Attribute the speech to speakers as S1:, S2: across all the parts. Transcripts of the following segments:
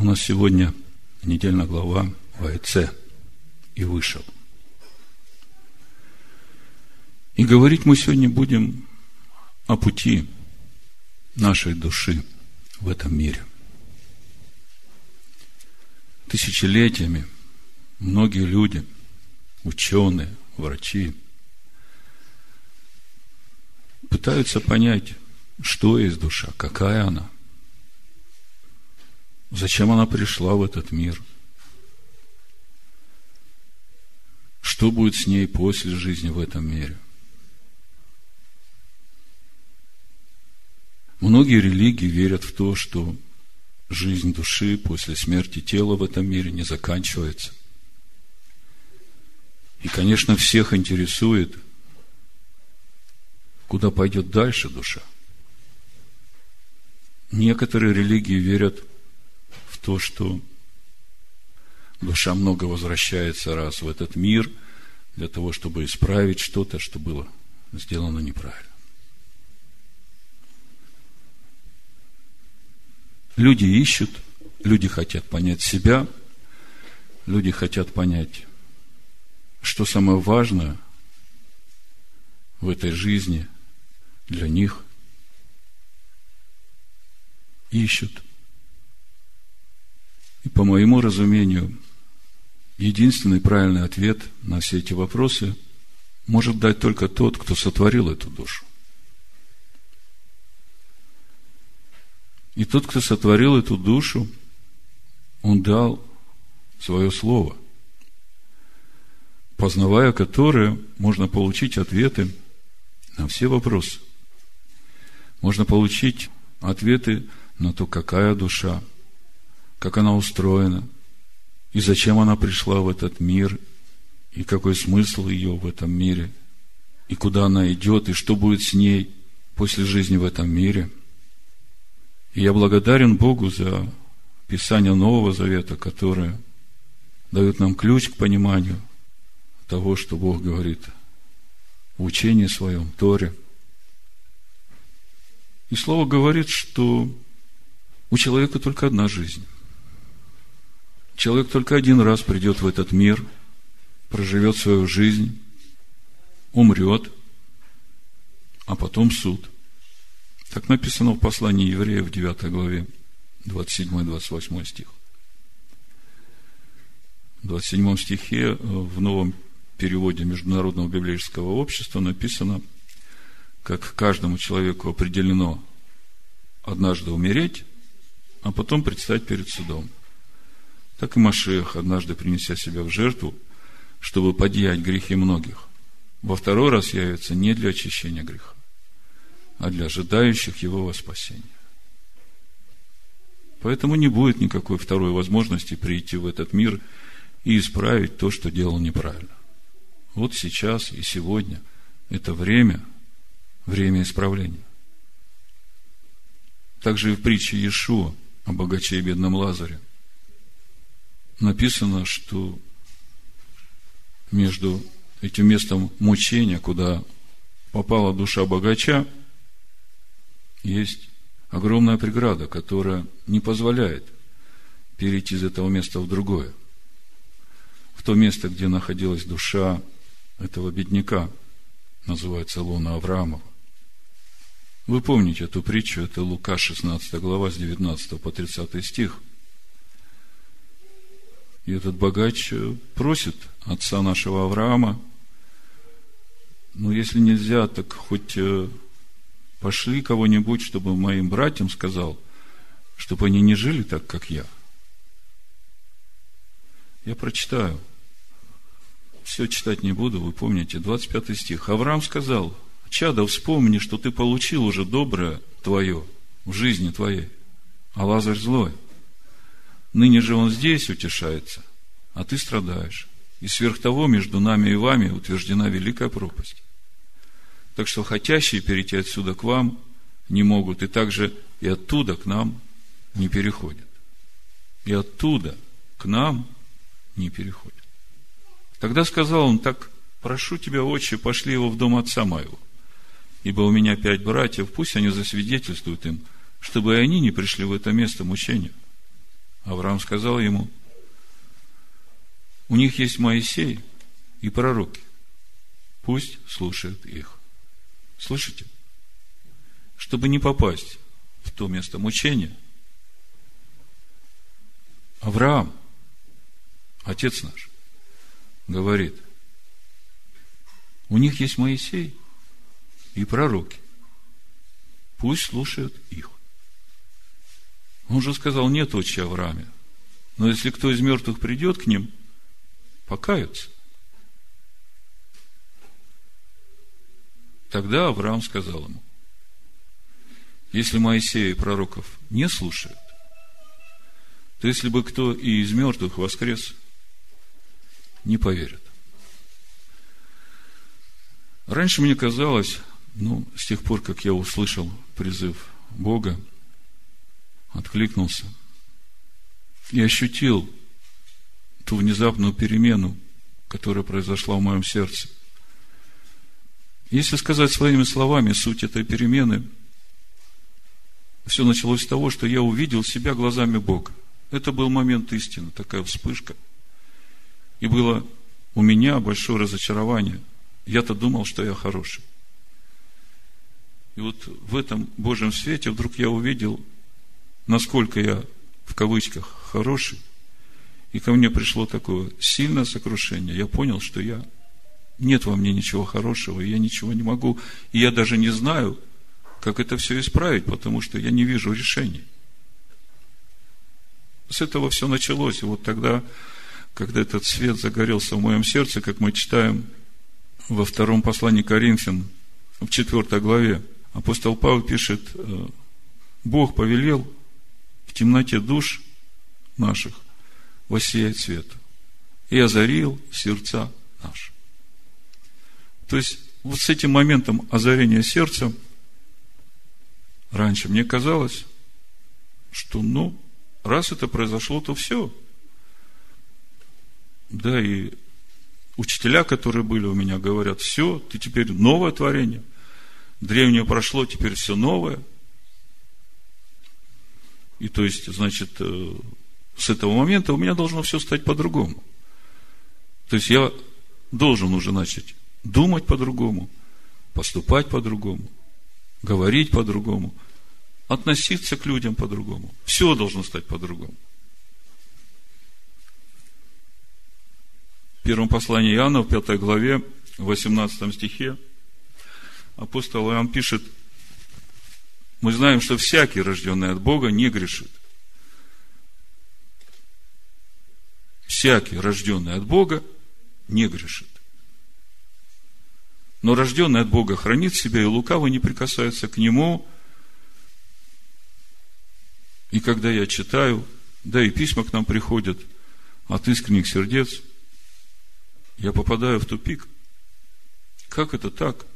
S1: нас сегодня недельная глава Ваэцэ и вышел. И говорить мы сегодня будем о пути нашей души в этом мире. Тысячелетиями многие люди, ученые, врачи, пытаются понять, что есть душа, какая она, зачем она пришла в этот мир, что будет с ней после жизни в этом мире. Многие религии верят в то, что жизнь души после смерти тела в этом мире не заканчивается. И, конечно, всех интересует, куда пойдет дальше душа. Некоторые религии верят в то, что душа много возвращается раз в этот мир для того, чтобы исправить что-то, что было сделано неправильно. Люди ищут, люди хотят понять себя, люди хотят понять, что самое важное в этой жизни для них. Ищут. И по моему разумению, единственный правильный ответ на все эти вопросы может дать только тот, кто сотворил эту душу. И тот, кто сотворил эту душу, он дал свое слово, познавая которое, можно получить ответы на все вопросы. Можно получить ответы на то, какая душа, как она устроена, и зачем она пришла в этот мир, и какой смысл ее в этом мире, и куда она идет, и что будет с ней после жизни в этом мире. И я благодарен Богу за Писание Нового Завета, которое дает нам ключ к пониманию того, что Бог говорит в учении своем, Торе. И Слово говорит, что у человека только одна жизнь. Человек только один раз придет в этот мир, проживет свою жизнь, умрет, а потом суд. Так написано в послании Евреев, 9 главе, 27-28 стих. В 27 стихе в новом переводе Международного библейского общества написано, как каждому человеку определено однажды умереть, а потом предстать перед судом. Так и Машиах, однажды принеся себя в жертву, чтобы подъять грехи многих, во второй раз явится не для очищения греха, а для ожидающих его во спасение. Поэтому не будет никакой второй возможности прийти в этот мир и исправить то, что делал неправильно. Вот сейчас и сегодня это время исправления. Также и в притче Иешуа о богаче и бедном Лазаре написано, что между этим местом мучения, куда попала душа богача, есть огромная преграда, которая не позволяет перейти из этого места в другое. В то место, где находилась душа этого бедняка, называется лона Авраамова. Вы помните эту притчу, это Лука 16 глава с 19 по 30 стих. И этот богач просит отца нашего Авраама, если нельзя, так хоть пошли кого-нибудь, чтобы моим братьям сказал, чтобы они не жили так, как я. Я прочитаю. Все читать не буду, вы помните, 25 стих. Авраам сказал: чадо, вспомни, что ты получил уже доброе твое в жизни твоей, а Лазарь злой. Ныне же он здесь утешается, а ты страдаешь. И сверх того между нами и вами утверждена великая пропасть. Так что хотящие перейти отсюда к вам не могут, и также и оттуда к нам не переходят. И оттуда к нам не переходят. Тогда сказал он: так прошу тебя, отче, пошли его в дом отца моего, ибо у меня 5 братьев, пусть они засвидетельствуют им, чтобы и они не пришли в это место мучения. Авраам сказал ему: у них есть Моисей и пророки, пусть слушают их. Слышите? Чтобы не попасть в то место мучения, Авраам, отец наш, говорит: у них есть Моисей и пророки, пусть слушают их. Он же сказал: нет отче Аврааме, но если кто из мертвых придет к ним, покаются. Тогда Авраам сказал ему: если Моисея и пророков не слушают, то если бы кто и из мертвых воскрес, не поверят. Раньше мне казалось, с тех пор, как я услышал призыв Бога, откликнулся и ощутил ту внезапную перемену, которая произошла в моем сердце. Если сказать своими словами суть этой перемены, все началось с того, что я увидел себя глазами Бога. Это был момент истины, такая вспышка. И было у меня большое разочарование. Я-то думал, что я хороший. И вот в этом Божьем свете вдруг я увидел, насколько я, в кавычках, хороший. И ко мне пришло такое сильное сокрушение. Я понял, что нет во мне ничего хорошего, и я ничего не могу. И я даже не знаю, как это все исправить, потому что я не вижу решений. С этого все началось. И вот тогда, когда этот свет загорелся в моем сердце, как мы читаем во втором послании к Коринфянам, в 4 главе, апостол Павел пишет: Бог повелел в темноте душ наших воссиять свет и озарил сердца наши. То есть, вот с этим моментом озарения сердца раньше мне казалось, что раз это произошло, то все. Да, и учителя, которые были у меня, говорят: все, ты теперь новое творение. Древнее прошло, теперь все новое. И то есть, значит, с этого момента у меня должно все стать по-другому. То есть, я должен уже начать думать по-другому, поступать по-другому, говорить по-другому, относиться к людям по-другому. Все должно стать по-другому. В первом послании Иоанна, в 5 главе, в 18 стихе, апостол Иоанн пишет: мы знаем, что всякий, рожденный от Бога, не грешит. Всякий, рожденный от Бога, не грешит. Но рожденный от Бога хранит себя, и лукавый не прикасается к нему. И когда я читаю, да и письма к нам приходят от искренних сердец, я попадаю в тупик. Как это так?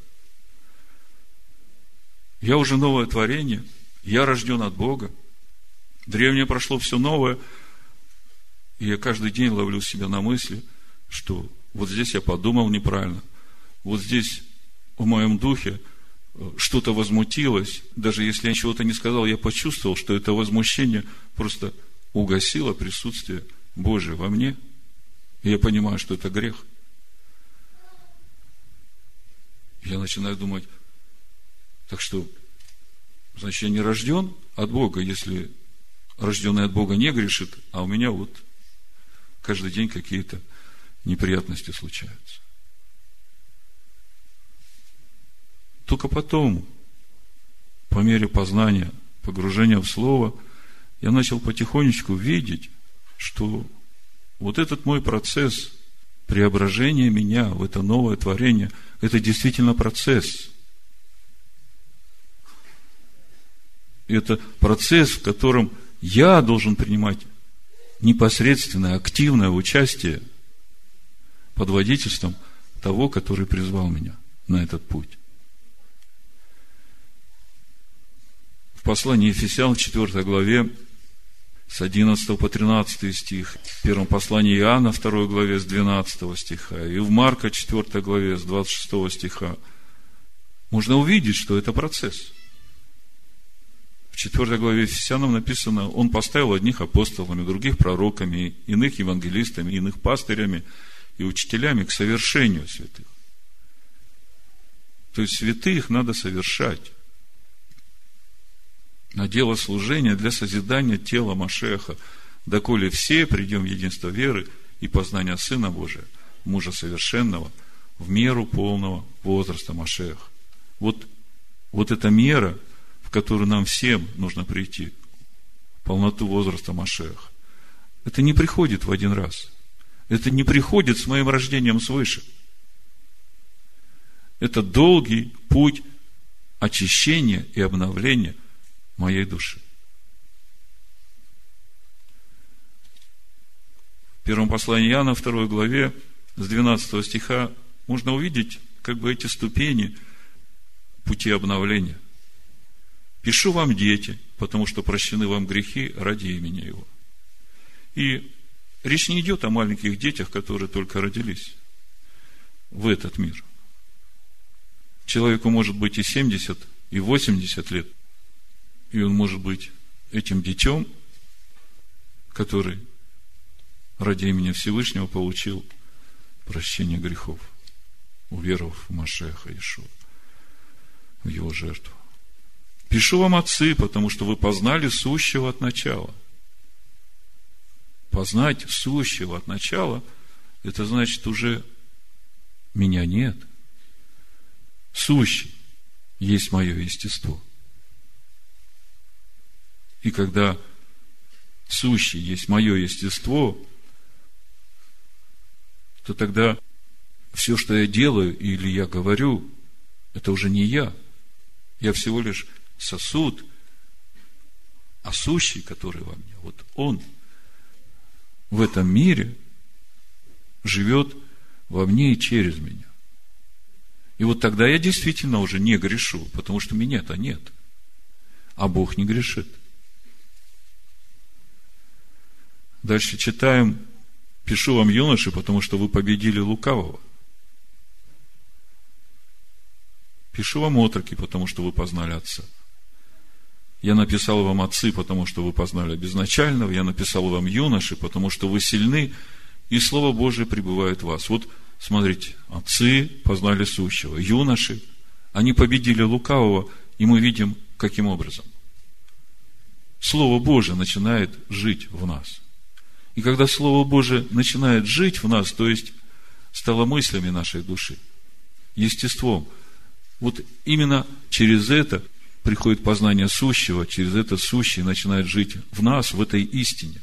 S1: Я уже новое творение, я рожден от Бога, древнее прошло, все новое, и я каждый день ловлю себя на мысли, что вот здесь я подумал неправильно, вот здесь в моем духе что-то возмутилось, даже если я чего-то не сказал, я почувствовал, что это возмущение просто угасило присутствие Божие во мне, и я понимаю, что это грех. Я начинаю думать: так что, значит, я не рожден от Бога, если рожденный от Бога не грешит, а у меня вот каждый день какие-то неприятности случаются. Только потом, по мере познания, погружения в Слово, я начал потихонечку видеть, что вот этот мой процесс преображения меня в это новое творение, это действительно процесс. Это процесс, в котором я должен принимать непосредственное, активное участие под водительством того, который призвал меня на этот путь. В послании Ефесян, 4 главе, с 11 по 13 стих, в первом послании Иоанна, 2 главе, с 12 стиха, и в Марка, 4 главе, с 26 стиха, можно увидеть, что это процесс. В 4 главе Ефесянам написано: Он поставил одних апостолами, других пророками, иных евангелистами, иных пастырями и учителями к совершению святых. То есть святых надо совершать на дело служения для созидания тела Машеха, доколе все придем в единство веры и познания Сына Божия, мужа совершенного, в меру полного возраста Машеха. Вот эта мера, в которую нам всем нужно прийти, полноту возраста Машеха. Это не приходит в один раз. Это не приходит с моим рождением свыше. Это долгий путь очищения и обновления моей души. В первом послании Иоанна, 2 главе, с 12 стиха, можно увидеть эти ступени пути обновления. Пишу вам, дети, потому что прощены вам грехи ради имени Его. И речь не идет о маленьких детях, которые только родились в этот мир. Человеку может быть и 70, и 80 лет, и он может быть этим детем, который ради имени Всевышнего получил прощение грехов, уверовав в Машеха Иешуа, в Его жертву. Пишу вам, отцы, потому что вы познали сущего от начала. Познать сущего от начала, это значит, уже меня нет. Сущий есть мое естество. И когда сущий есть мое естество, то тогда все, что я делаю или я говорю, это уже не я. Я всего лишь сосуд, а сущий, который во мне, он в этом мире живет во мне и через меня. И тогда я действительно уже не грешу, потому что меня-то нет, а Бог не грешит. Дальше читаем: пишу вам, юноши, потому что вы победили лукавого. Пишу вам, отроки, потому что вы познали Отца. Я написал вам, отцы, потому что вы познали безначального. Я написал вам, юноши, потому что вы сильны, и Слово Божие пребывает в вас. Смотрите, отцы познали сущего, юноши, они победили лукавого, и мы видим, каким образом. Слово Божие начинает жить в нас. И когда Слово Божие начинает жить в нас, то есть стало мыслями нашей души, естеством, именно через это приходит познание сущего, через это сущее начинает жить в нас, в этой истине.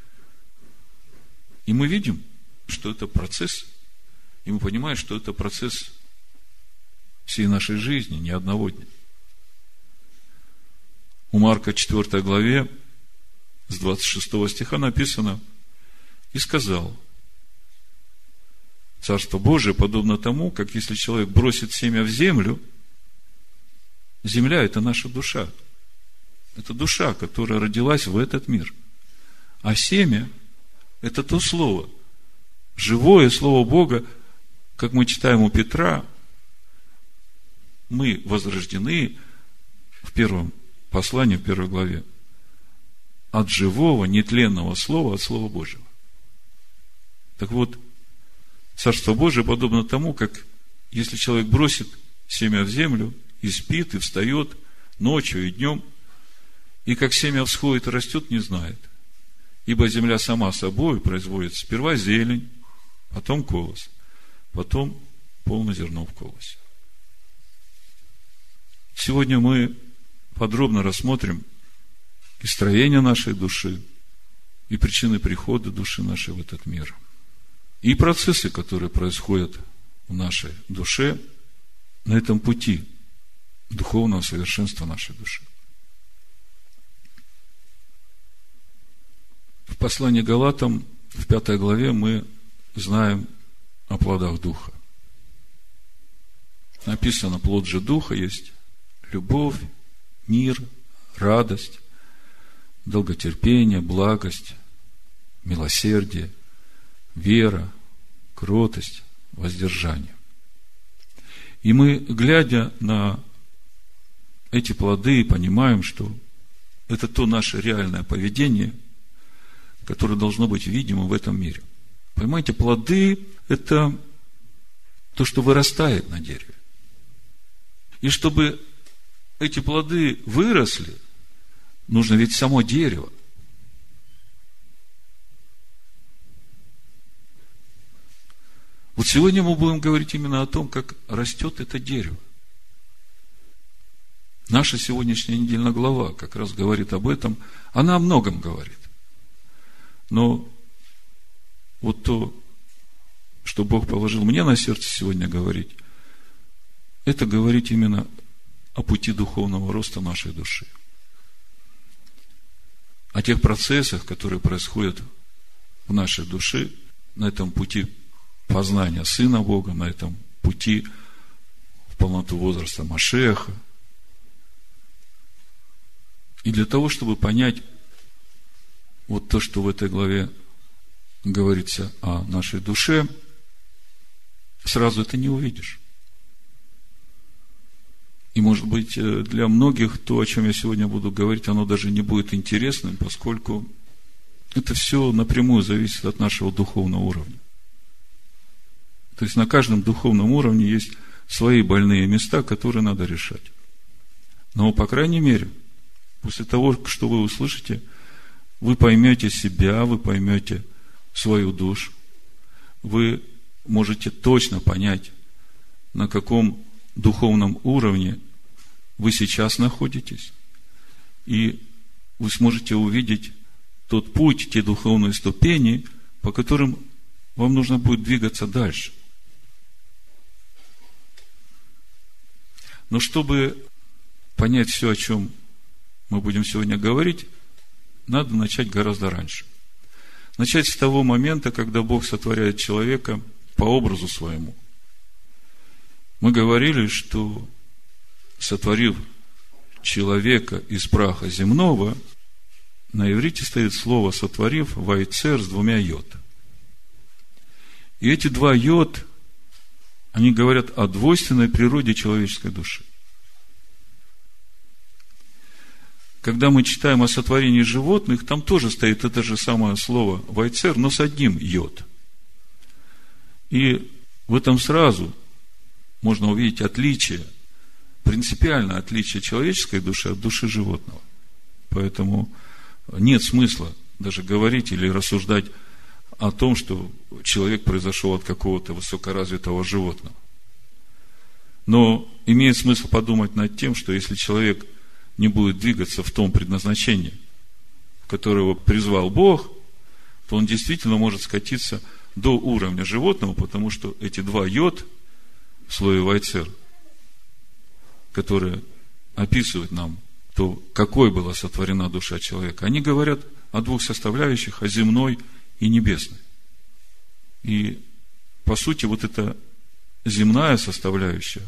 S1: И мы видим, что это процесс, и мы понимаем, что это процесс всей нашей жизни, не одного дня. У Марка 4 главе с 26 стиха написано: «И сказал: Царство Божие подобно тому, как если человек бросит семя в землю». Земля – это наша душа. Это душа, которая родилась в этот мир. А семя – это то слово, живое слово Бога, как мы читаем у Петра, мы возрождены в первом послании, в 1 главе, от живого, нетленного слова, от Слова Божьего. Так Царство Божие подобно тому, как если человек бросит семя в землю, и спит, и встает ночью и днем, и как семя всходит и растет, не знает. Ибо земля сама собой производит сперва зелень, потом колос, потом полное зерно в колосе. Сегодня мы подробно рассмотрим и строение нашей души, и причины прихода души нашей в этот мир, и процессы, которые происходят в нашей душе на этом пути духовного совершенства нашей души. В послании Галатам, в 5 главе, мы знаем о плодах Духа. Написано: плод же Духа есть любовь, мир, радость, долготерпение, благость, милосердие, вера, кротость, воздержание. И мы, глядя на эти плоды, понимаем, что это то наше реальное поведение, которое должно быть видимо в этом мире. Понимаете, плоды – это то, что вырастает на дереве. И чтобы эти плоды выросли, нужно ведь само дерево. Вот сегодня мы будем говорить именно о том, как растет это дерево. Наша сегодняшняя недельная глава как раз говорит об этом. Она о многом говорит. Но вот то, что Бог положил мне на сердце сегодня говорить, это говорить именно о пути духовного роста нашей души. О тех процессах, которые происходят в нашей душе, на этом пути познания Сына Бога, на этом пути в полноту возраста Машиаха. И для того, чтобы понять вот то, что в этой главе говорится о нашей душе, сразу это не увидишь. И, может быть, для многих то, о чем я сегодня буду говорить, оно даже не будет интересным, поскольку это все напрямую зависит от нашего духовного уровня. То есть на каждом духовном уровне есть свои больные места, которые надо решать. Но, по крайней мере, после того, что вы услышите, вы поймете себя, вы поймете свою душу, вы можете точно понять, на каком духовном уровне вы сейчас находитесь, и вы сможете увидеть тот путь, те духовные ступени, по которым вам нужно будет двигаться дальше. Но чтобы понять все, о чем мы будем сегодня говорить, надо начать гораздо раньше. Начать с того момента, когда Бог сотворяет человека по образу своему. Мы говорили, что, сотворив человека из праха земного, на иврите стоит слово «сотворив» «вайцер» с двумя йод. И эти два йод, они говорят о двойственной природе человеческой души. Когда мы читаем о сотворении животных, там тоже стоит это же самое слово «вайцер», но с одним йод. И в этом сразу можно увидеть отличие, принципиальное отличие человеческой души от души животного. Поэтому нет смысла даже говорить или рассуждать о том, что человек произошел от какого-то высокоразвитого животного. Но имеет смысл подумать над тем, что если человек не будет двигаться в том предназначении, в которое его призвал Бог, то он действительно может скатиться до уровня животного, потому что эти два йод в слове «вайцер», которые описывают нам то, какой была сотворена душа человека, они говорят о двух составляющих, о земной и небесной. И, по сути, вот эта земная составляющая,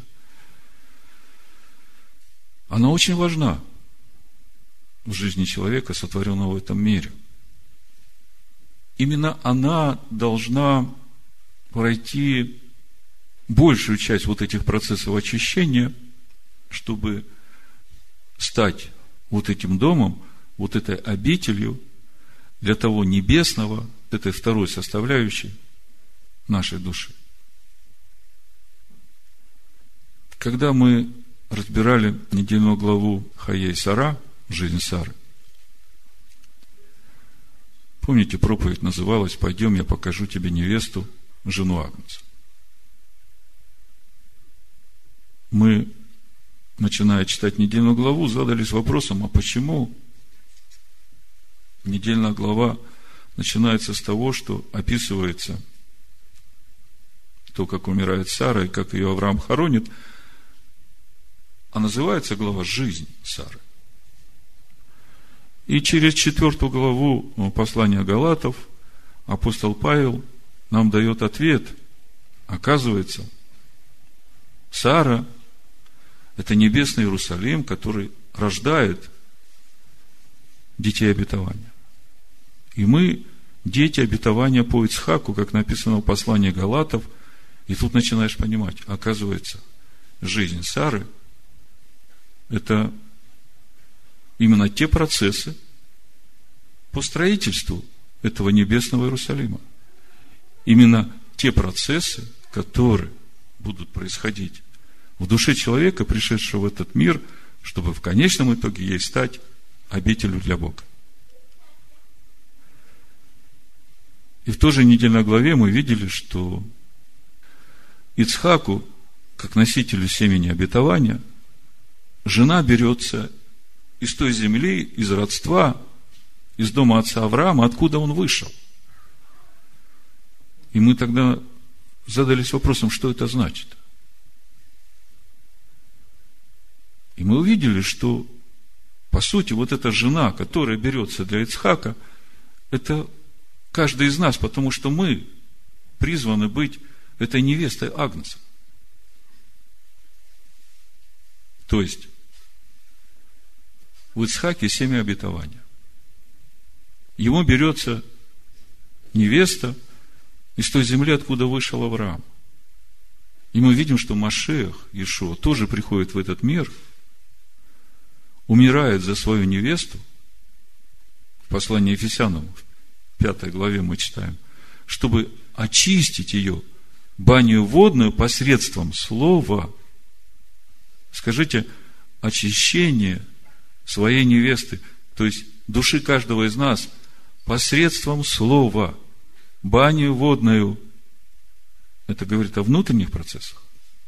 S1: она очень важна в жизни человека, сотворенного в этом мире. Именно она должна пройти большую часть вот этих процессов очищения, чтобы стать вот этим домом, вот этой обителью для того небесного, этой второй составляющей нашей души. Когда мы разбирали недельную главу Хая и Сара, жизнь Сары, помните, проповедь называлась «Пойдем, я покажу тебе невесту, жену Агнца». Мы, начиная читать недельную главу, задались вопросом, а почему недельная глава начинается с того, что описывается то, как умирает Сара и как ее Авраам хоронит, а называется глава «Жизнь Сары». И через 4 главу послания Галатов апостол Павел нам дает ответ. Оказывается, Сара – это небесный Иерусалим, который рождает детей обетования. И мы дети обетования по Ицхаку, как написано в послании Галатов. И тут начинаешь понимать, оказывается, жизнь Сары – это именно те процессы по строительству этого небесного Иерусалима. Именно те процессы, которые будут происходить в душе человека, пришедшего в этот мир, чтобы в конечном итоге ей стать обителью для Бога. И в той же недельной главе мы видели, что Ицхаку, как носителю семени обетования, жена берется из той земли, из родства, из дома отца Авраама, откуда он вышел. И мы тогда задались вопросом, что это значит. И мы увидели, что, по сути, вот эта жена, которая берется для Ицхака, это каждый из нас, потому что мы призваны быть этой невестой Агнца. То есть, в Ицхаке семя обетования. Ему берется невеста из той земли, откуда вышел Авраам. И мы видим, что Машиах, Иешуа, тоже приходит в этот мир, умирает за свою невесту. В послании Ефесянам, в 5 главе мы читаем, чтобы очистить ее баню водную посредством слова. Скажите, очищение своей невесты, то есть души каждого из нас, посредством слова, баню водную. Это говорит о внутренних процессах.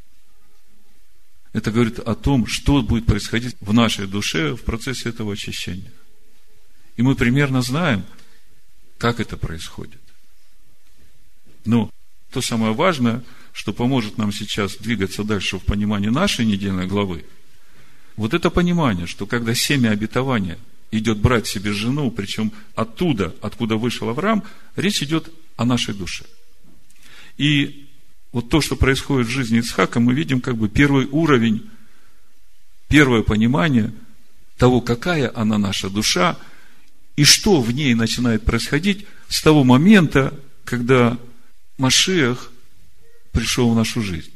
S1: Это говорит о том, что будет происходить в нашей душе в процессе этого очищения. И мы примерно знаем, как это происходит. Но то самое важное, что поможет нам сейчас двигаться дальше в понимании нашей недельной главы, вот это понимание, что когда семя обетования идет брать себе жену, причем оттуда, откуда вышел Авраам, речь идет о нашей душе. И вот то, что происходит в жизни Ицхака, мы видим как бы первый уровень, первое понимание того, какая она наша душа, и что в ней начинает происходить с того момента, когда Машиах пришел в нашу жизнь.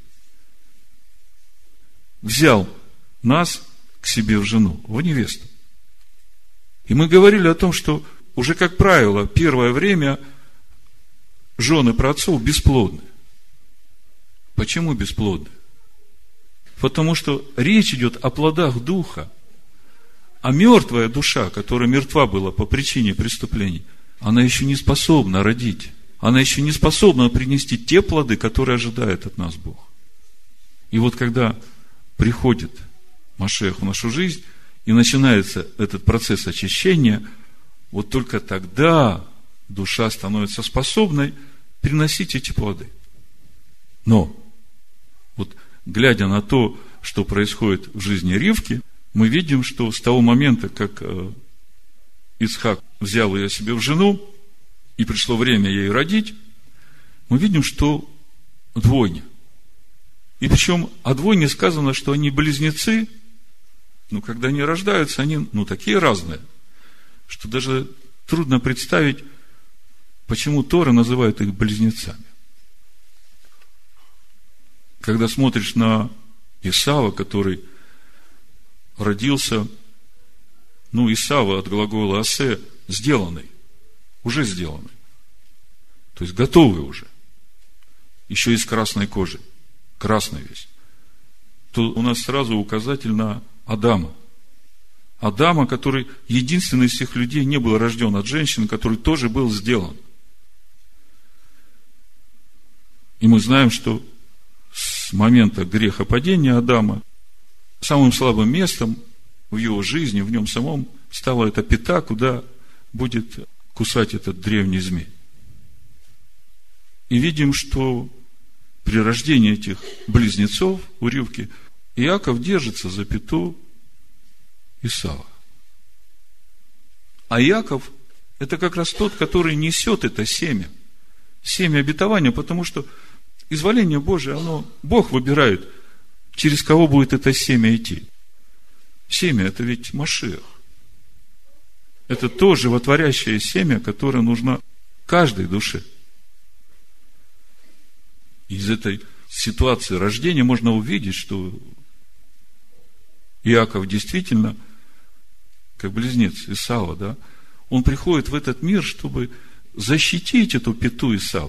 S1: Взял нас к себе в жену, в невесту. И мы говорили о том, что уже, как правило, первое время жены праотцов бесплодны. Почему бесплодны? Потому что речь идет о плодах духа. А мертвая душа, которая мертва была по причине преступлений, она еще не способна родить. Она еще не способна принести те плоды, которые ожидает от нас Бог. И вот когда приходит Машиах в нашу жизнь, и начинается этот процесс очищения, вот только тогда душа становится способной приносить эти плоды. Но, вот глядя на то, что происходит в жизни Ривки, мы видим, что с того момента, как Ицхак взял ее себе в жену, и пришло время ей родить, мы видим, что двойня. И причем о двойне сказано, что они близнецы, но когда они рождаются, они, такие разные, что даже трудно представить, почему Тора называет их близнецами. Когда смотришь на Исава, который родился, Исава от глагола асе, сделанный, уже сделанный, то есть готовый уже, еще из красной кожи, красный весь, то у нас сразу указатель на Адама. Адама, который единственный из всех людей не был рожден от женщины, который тоже был сделан. И мы знаем, что с момента грехопадения Адама самым слабым местом в его жизни, в нем самом, стала эта пята, куда будет кусать этот древний змей. И видим, что при рождении этих близнецов у Ривки Иаков держится за пяту Исава. А Иаков – это как раз тот, который несет это семя обетования, потому что изволение Божие, Бог выбирает, через кого будет это семя идти. Семя – это ведь Машиах. Это то животворящее семя, которое нужно каждой душе. Из этой ситуации рождения можно увидеть, что Иаков действительно, как близнец Исава, да, он приходит в этот мир, чтобы защитить эту пяту Исава.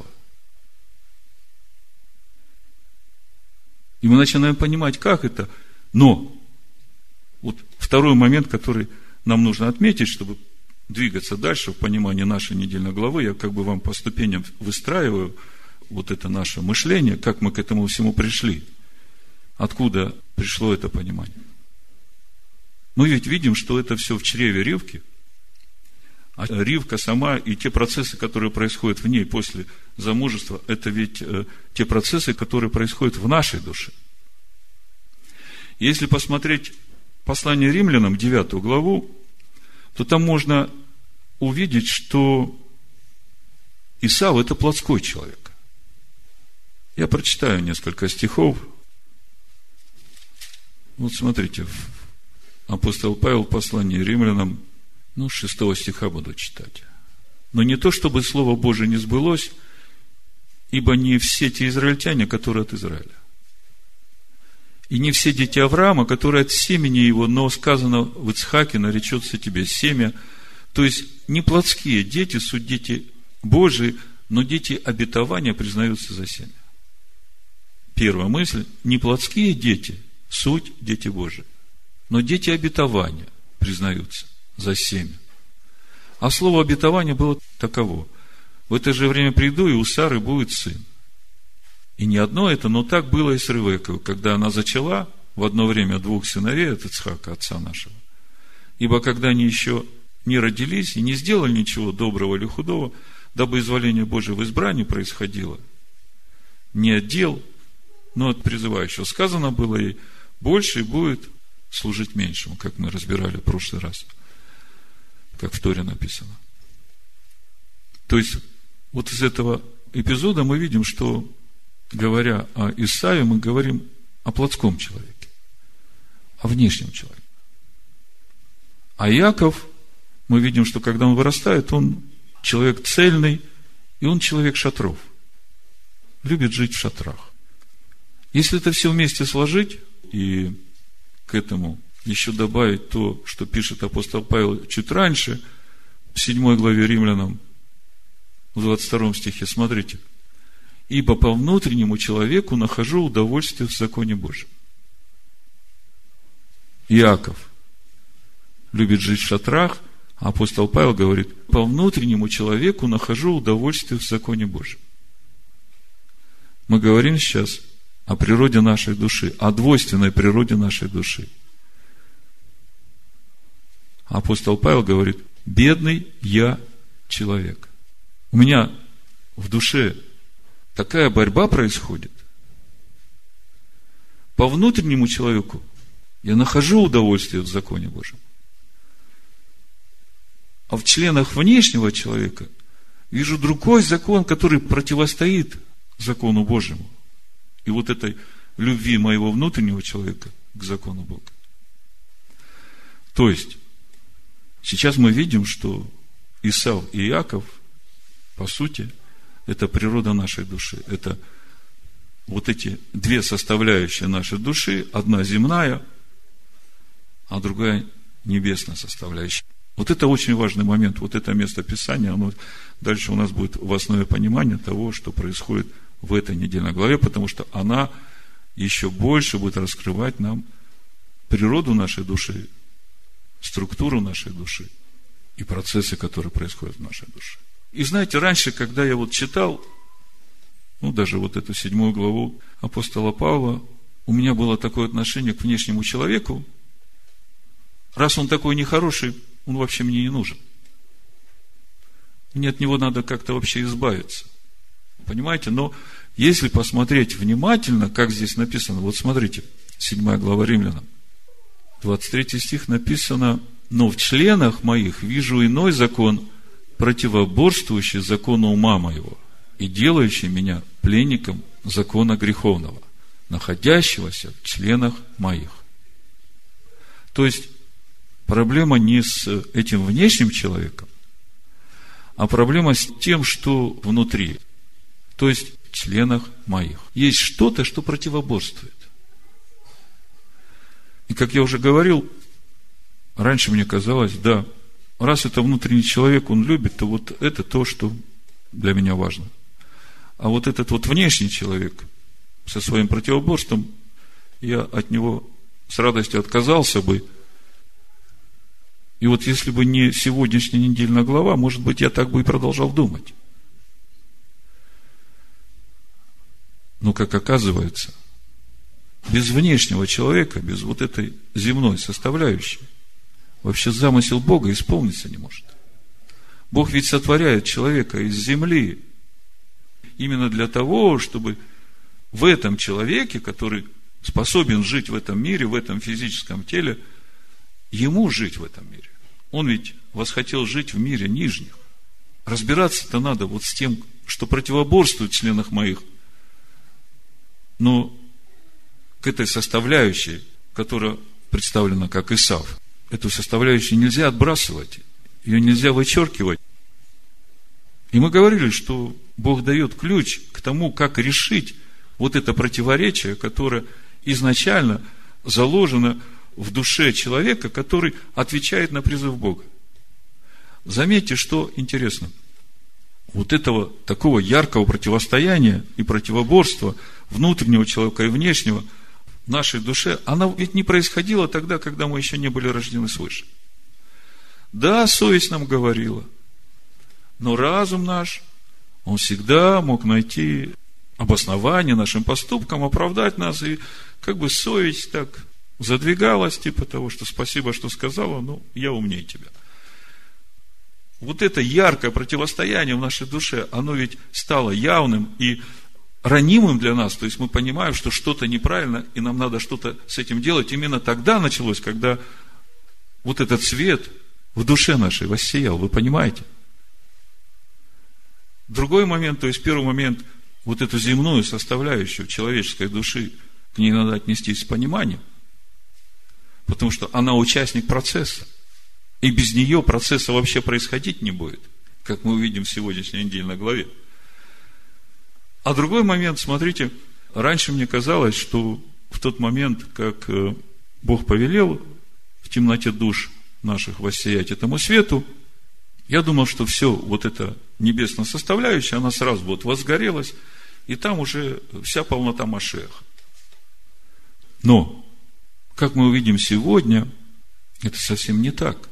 S1: И мы начинаем понимать, как это. Но вот второй момент, который нам нужно отметить, чтобы двигаться дальше в понимании нашей недельной главы, я как бы вам по ступеням выстраиваю вот это наше мышление, как мы к этому всему пришли. Откуда пришло это понимание? Мы ведь видим, что это все в чреве Ривки, а Ривка сама и те процессы, которые происходят в ней после замужества, это ведь те процессы, которые происходят в нашей душе. Если посмотреть послание Римлянам, 9 главу, то там можно увидеть, что Исав – это плотской человек. Я прочитаю несколько стихов. Вот смотрите, апостол Павел в послании Римлянам, 6 стиха буду читать. Но не то, чтобы Слово Божие не сбылось, ибо не все те израильтяне, которые от Израиля, и не все дети Авраама, которые от семени его, но сказано в Ицхаке, наречется тебе семя. То есть, не плотские дети, суть дети Божии, но дети обетования признаются за семя. Первая мысль, не плотские дети, суть дети Божии, но дети обетования признаются за семя. А слово обетование было таково: в это же время приду, и у Сары будет сын. И не одно это, но так было и с Ревеккой, когда она зачала в одно время 2 сыновей от Ицхака, отца нашего. Ибо когда они еще не родились и не сделали ничего доброго или худого, дабы изволение Божие в избрании происходило не от дел, но от призывающего. Сказано было ей: больше будет служить меньшему, как мы разбирали в прошлый раз, как в Торе написано. То есть, вот из этого эпизода мы видим, что, говоря о Исаве, мы говорим о плотском человеке, о внешнем человеке. А Иаков, мы видим, что когда он вырастает, он человек цельный, и он человек шатров, любит жить в шатрах. Если это все вместе сложить, и к этому еще добавить то, что пишет апостол Павел чуть раньше, в 7 главе Римлянам, в 22 стихе, смотрите: ибо по внутреннему человеку нахожу удовольствие в законе Божьем. Иаков любит жить в шатрах, а апостол Павел говорит: по внутреннему человеку нахожу удовольствие в законе Божьем. Мы говорим сейчас о природе нашей души, о двойственной природе нашей души. Апостол Павел говорит: бедный я человек. У меня в душе такая борьба происходит. По внутреннему человеку я нахожу удовольствие в законе Божьем. А в членах внешнего человека вижу другой закон, который противостоит закону Божьему. И вот этой любви моего внутреннего человека к закону Бога. То есть, сейчас мы видим, что Исав и Иаков, по сути, это природа нашей души. Это вот эти две составляющие нашей души. Одна земная, а другая небесная составляющая. Вот это очень важный момент. Вот это место Писания, оно дальше у нас будет в основе понимания того, что происходит в этой недельной главе, потому что она еще больше будет раскрывать нам природу нашей души, структуру нашей души и процессы, которые происходят в нашей душе. И знаете, раньше, когда я вот читал, даже вот эту 7 главу апостола Павла, у меня было такое отношение к внешнему человеку: раз он такой нехороший, он вообще мне не нужен. Мне от него надо как-то вообще избавиться. Понимаете? Но если посмотреть внимательно, как здесь написано, вот смотрите, 7 глава Римлянам, 23 стих написано: но в членах моих вижу иной закон, противоборствующий закону ума моего и делающий меня пленником закона греховного, находящегося в членах моих. То есть, проблема не с этим внешним человеком, а проблема с тем, что внутри. То есть, в членах моих. Есть что-то, что противоборствует. И, как я уже говорил, раньше мне казалось, да, раз это внутренний человек, он любит, то вот это то, что для меня важно. А вот этот вот внешний человек со своим противоборством, я от него с радостью отказался бы. И вот если бы не сегодняшняя недельная глава, может быть, я так бы и продолжал думать. Но, как оказывается, без внешнего человека, без вот этой земной составляющей, вообще замысел Бога исполниться не может. Бог ведь сотворяет человека из земли именно для того, чтобы в этом человеке, который способен жить в этом мире, в этом физическом теле, ему жить в этом мире. Он ведь восхотел жить в мире нижних. Разбираться-то надо вот с тем, что противоборствует в членах моих. Но к этой составляющей, которая представлена как Исав, эту составляющую нельзя отбрасывать, ее нельзя вычеркивать. И мы говорили, что Бог дает ключ к тому, как решить вот это противоречие, которое изначально заложено в душе человека, который отвечает на призыв Бога. Заметьте, что интересно. Вот этого такого яркого противостояния и противоборства внутреннего человека и внешнего в нашей душе, она ведь не происходила тогда, когда мы еще не были рождены свыше. Да, совесть нам говорила, но разум наш, он всегда мог найти обоснование нашим поступкам, оправдать нас, и как бы совесть так задвигалась, типа того, что спасибо, что сказала, но я умнее тебя. Вот это яркое противостояние в нашей душе, оно ведь стало явным и ранимым для нас, то есть мы понимаем, что что-то неправильно, и нам надо что-то с этим делать. Именно тогда началось, когда вот этот свет в душе нашей воссиял, вы понимаете? Другой момент, то есть первый момент, вот эту земную составляющую человеческой души, к ней надо отнестись с пониманием, потому что она участник процесса. И без нее процесса вообще происходить не будет, как мы увидим в сегодняшней недельной главе. А другой момент, смотрите, раньше мне казалось, что в тот момент, как Бог повелел в темноте душ наших воссиять этому свету, я думал, что все, вот эта небесная составляющая, она сразу вот возгорелась, и там уже вся полнота Машиаха. Но, как мы увидим сегодня, это совсем не так.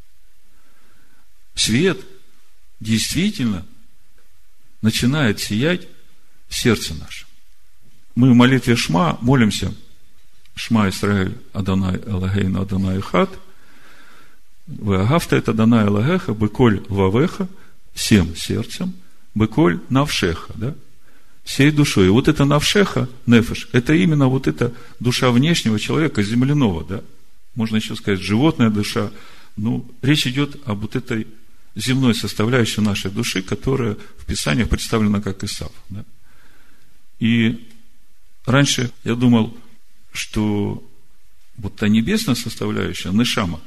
S1: Свет действительно начинает сиять в сердце нашем. Мы в молитве Шма молимся: Шма Исраэль Адонай Эlohейну Адонай Эхад, Веагафта это Адонай Элогеха, Беколь Вавеха, всем сердцем, Беколь Навшеха, да? Всей душой. И вот это Навшеха, Нефеш, это именно вот эта душа внешнего человека, земляного, да? Можно еще сказать, животная душа. Ну, речь идет об вот этой земной составляющей нашей души, которая в Писаниях представлена как Исав. Да? И раньше я думал, что вот та небесная составляющая, Нешама,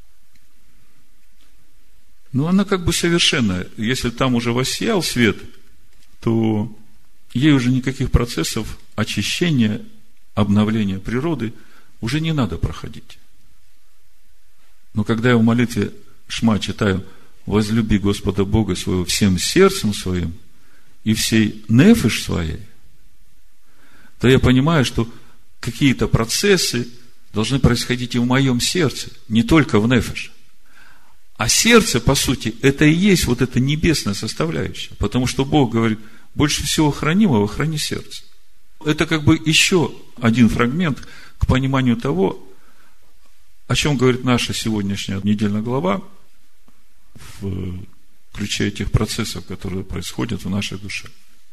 S1: ну, она как бы совершенная. Если там уже воссиял свет, то ей уже никаких процессов очищения, обновления природы уже не надо проходить. Но когда я в молитве Шма читаю: возлюби Господа Бога своего всем сердцем своим и всей нефеш своей, то я понимаю, что какие-то процессы должны происходить и в моем сердце, не только в нефеш. А сердце, по сути, это и есть вот эта небесная составляющая. Потому что Бог говорит: больше всего хранимого храни сердце. Это как бы еще один фрагмент к пониманию того, о чем говорит наша сегодняшняя недельная глава в ключе этих процессов, которые происходят в нашей душе.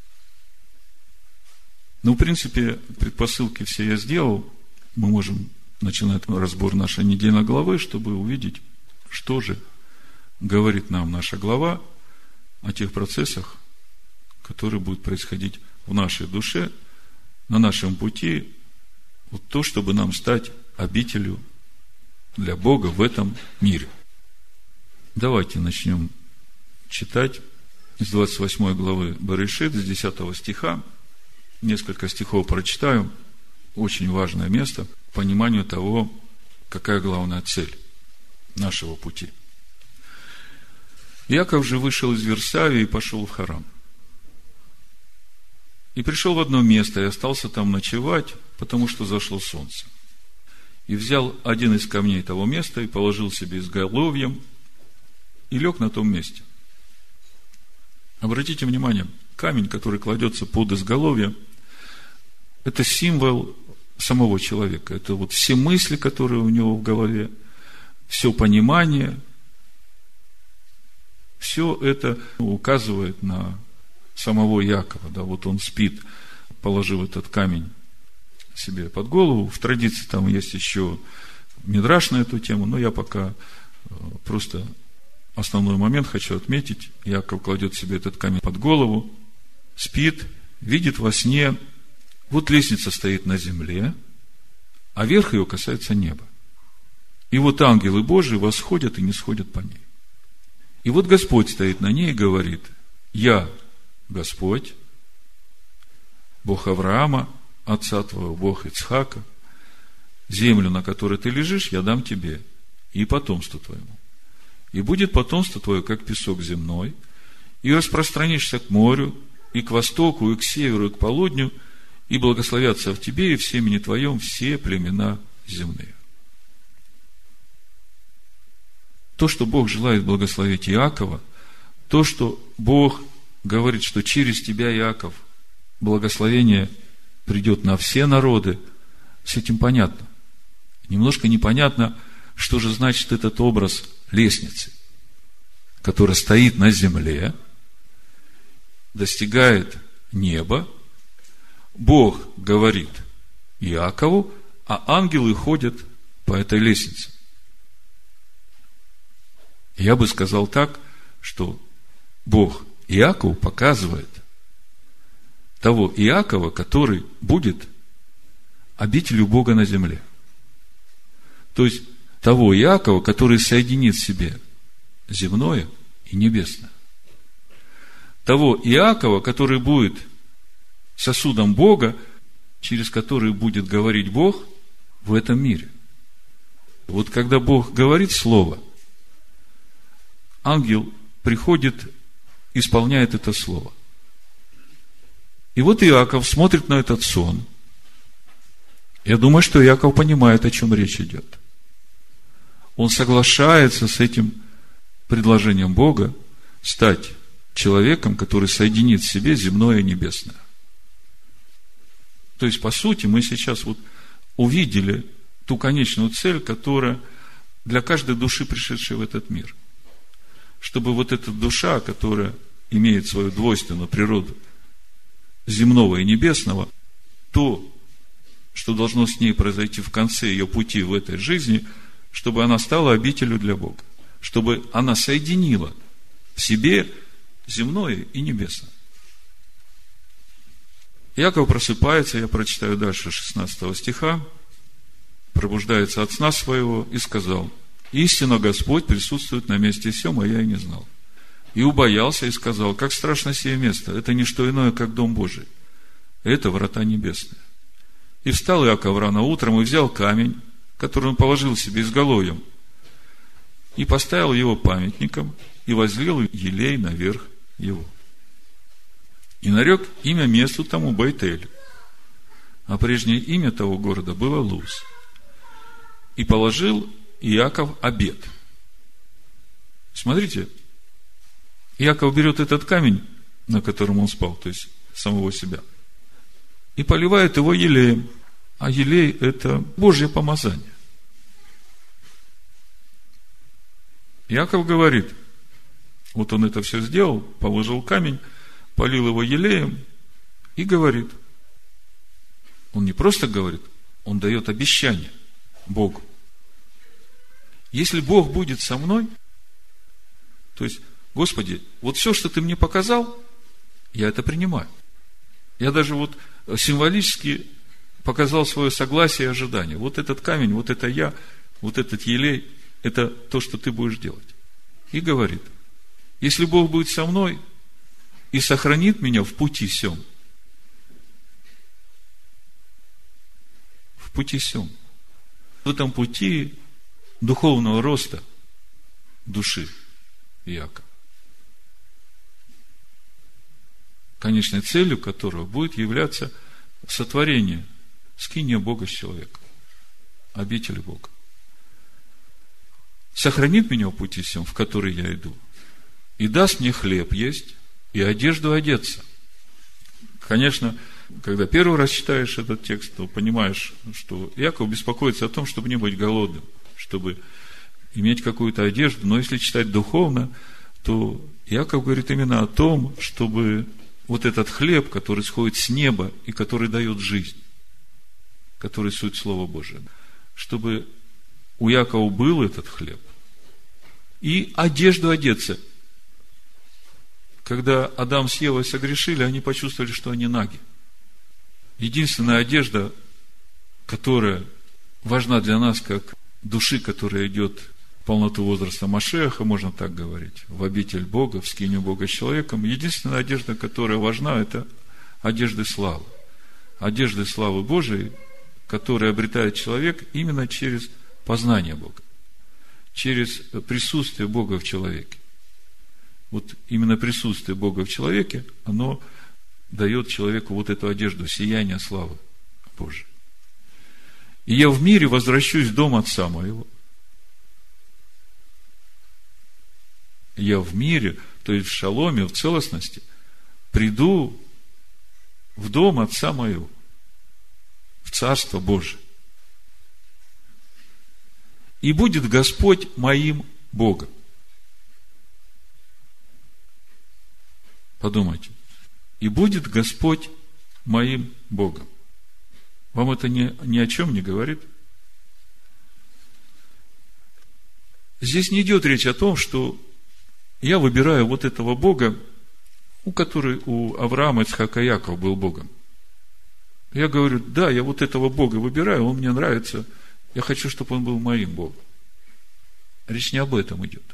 S1: Ну, в принципе, предпосылки все я сделал. Мы можем начинать разбор нашей недельной главы, чтобы увидеть, что же говорит нам наша глава о тех процессах, которые будут происходить в нашей душе, на нашем пути, вот то, чтобы нам стать обителью для Бога в этом мире. Давайте начнем читать из 28 главы Берешит, с 10 стиха. Несколько стихов прочитаю. Очень важное место к пониманию того, какая главная цель. нашего пути. Иаков же вышел из Вирсавии и пошел в Харан. И пришел в одно место, и остался там ночевать, потому что зашло солнце. И взял один из камней того места, и положил себе изголовьем, и лег на том месте. Обратите внимание, камень, который кладется под изголовье, это символ самого человека. Это вот все мысли, которые у него в голове, все понимание, все это указывает на самого Иакова. Да, вот он спит, положив этот камень себе под голову. В традиции там есть еще мидраш на эту тему, но я пока просто основной момент хочу отметить. Иаков кладет себе этот камень под голову, спит, видит во сне, вот лестница стоит на земле, а верх ее касается неба. И вот ангелы Божии восходят и не сходят по ней. И вот Господь стоит на ней и говорит: я Господь, Бог Авраама, отца твоего, Бог Ицхака, землю, на которой ты лежишь, я дам тебе и потомству твоему. И будет потомство твое, как песок земной, и распространишься к морю, и к востоку, и к северу, и к полудню, и благословятся в тебе и в семени твоем все племена земные. То, что Бог желает благословить Иакова, то, что Бог говорит, что через тебя, Иаков, благословение придет на все народы, с этим понятно. Немножко непонятно, что же значит этот образ лестницы, которая стоит на земле, достигает неба. Бог говорит Иакову, а ангелы ходят по этой лестнице. Я бы сказал так, что Бог Иакову показывает того Иакова, который будет обителью Бога на земле. То есть того Иакова, который соединит в себе земное и небесное. Того Иакова, который будет сосудом Бога, через который будет говорить Бог в этом мире. Вот когда Бог говорит слово, ангел приходит, исполняет это слово. И вот Иаков смотрит на этот сон. Я думаю, что Иаков понимает, о чем речь идет. Он соглашается с этим предложением Бога стать человеком, который соединит в себе земное и небесное. То есть, по сути, мы сейчас вот увидели ту конечную цель, которая для каждой души, пришедшей в этот мир. Чтобы вот эта душа, которая имеет свою двойственную природу земного и небесного, то, что должно с ней произойти в конце ее пути в этой жизни, чтобы она стала обителью для Бога. Чтобы она соединила в себе земное и небесное. Иаков просыпается, я прочитаю дальше 16 стиха, пробуждается от сна своего и сказал: истинно Господь присутствует на месте сем, а я и не знал. И убоялся и сказал: как страшно сие место, это не что иное, как дом Божий, это врата небесные. И встал Иаков рано утром и взял камень, который он положил себе изголовьем, и поставил его памятником, и возлил елей наверх его. И нарек имя месту тому Бейтель, а прежнее имя того города было Луз. И положил Иаков обет. Смотрите, Иаков берет этот камень, на котором он спал, то есть самого себя, и поливает его елеем. А елей – это Божье помазание. Иаков говорит, вот он это все сделал, положил камень, полил его елеем и говорит. Он не просто говорит, он дает обещание Богу. Если Бог будет со мной, то есть, Господи, вот все, что Ты мне показал, я это принимаю. Я даже вот символически показал свое согласие и ожидание. Вот этот камень, вот это я, вот этот елей, это то, что Ты будешь делать. И говорит, если Бог будет со мной и сохранит меня в пути сем, в этом пути духовного роста, души Иакова, конечной целью которого будет являться сотворение, скиния Бога с человеком, обитель Бога. Сохранит меня в пути сем, в который я иду, и даст мне хлеб есть, и одежду одеться. Конечно, когда первый раз читаешь этот текст, то понимаешь, что Иаков беспокоится о том, чтобы не быть голодным, чтобы иметь какую-то одежду. Но если читать духовно, то Иаков говорит именно о том, чтобы вот этот хлеб, который сходит с неба и который дает жизнь, который суть Слова Божия, чтобы у Иакова был этот хлеб и одежду одеться. Когда Адам с Евой согрешили, они почувствовали, что они наги. Единственная одежда, которая важна для нас, как души, которая идет в полноту возраста Машиаха, можно так говорить, в обитель Бога, в скинию Бога с человеком, единственная одежда, которая важна, это одежда славы. Одежда славы Божией, которую обретает человек именно через познание Бога, через присутствие Бога в человеке. Вот именно присутствие Бога в человеке, оно дает человеку вот эту одежду, сияние славы Божией. И я в мире возвращусь в дом отца моего. Я в мире, то есть в шаломе, в целостности, приду в дом отца моего, в Царство Божие. И будет Господь моим Богом. Подумайте. И будет Господь моим Богом. Вам это ни о чем не говорит? Здесь не идет речь о том, что я выбираю вот этого Бога, который у Авраама, Ицхака и Якова был Богом. Я говорю, да, я вот этого Бога выбираю, он мне нравится, я хочу, чтобы он был моим Богом. Речь не об этом идет.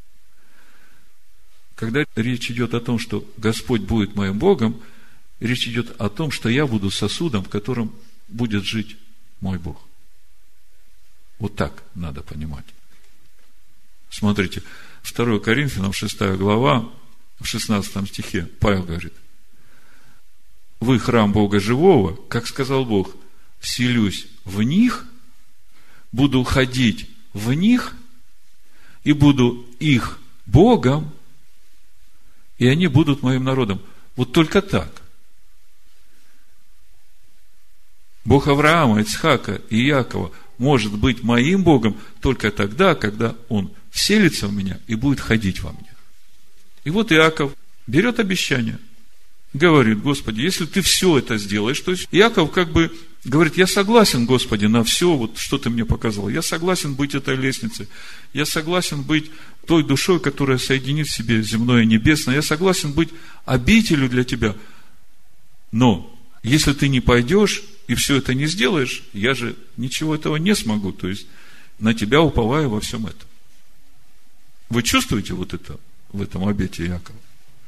S1: Когда речь идет о том, что Господь будет моим Богом, речь идет о том, что я буду сосудом, в котором будет жить мой Бог. Вот так надо понимать. Смотрите, 2 Коринфянам 6 глава, в 16 стихе Павел говорит: вы храм Бога живого, как сказал Бог, вселюсь в них, буду ходить в них и буду их Богом, и они будут моим народом. Вот только так. Бог Авраама, Ицхака и Иакова может быть моим Богом только тогда, когда Он вселится в меня и будет ходить во мне. И вот Иаков берет обещание, говорит: Господи, если Ты все это сделаешь, то есть Иаков как бы говорит: я согласен, Господи, на все, вот что Ты мне показал. Я согласен быть этой лестницей. Я согласен быть той душой, которая соединит в себе земное и небесное. Я согласен быть обителью для Тебя. Но если ты не пойдешь и все это не сделаешь, я же ничего этого не смогу. То есть на Тебя уповаю во всем этом. Вы чувствуете вот это в этом обете Иакова?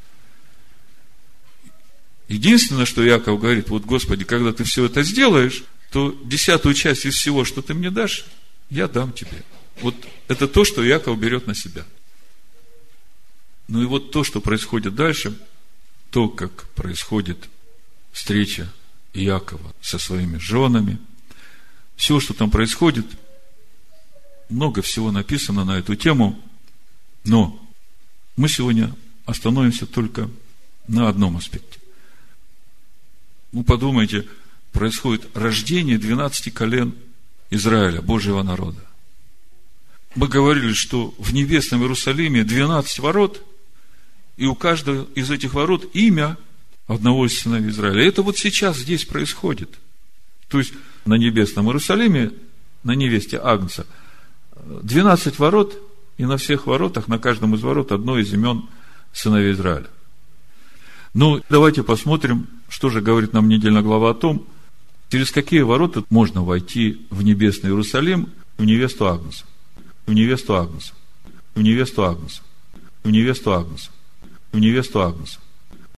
S1: Единственное, что Иаков говорит: вот, Господи, когда Ты все это сделаешь, то 10-ю часть из всего, что Ты мне дашь, я дам Тебе. Вот это то, что Иаков берет на себя. Ну и вот то, что происходит дальше, то, как происходит встреча Иакова со своими женами, все, что там происходит, много всего написано на эту тему, но мы сегодня остановимся только на одном аспекте. Ну, подумайте, происходит рождение 12 колен Израиля, Божьего народа. Мы говорили, что в небесном Иерусалиме 12 ворот, и у каждого из этих ворот имя одного из сыновей Израиля. И это вот сейчас здесь происходит. То есть на небесном Иерусалиме, на невесте Агнца, 12 ворот, и на всех воротах, на каждом из ворот одно из имен сыновей Израиля. Ну, давайте посмотрим, что же говорит нам недельная глава о том, через какие ворота можно войти в небесный Иерусалим, в невесту Агнца. В невесту Агнца. В невесту Агнца. В невесту Агнца. В невесту Агнца.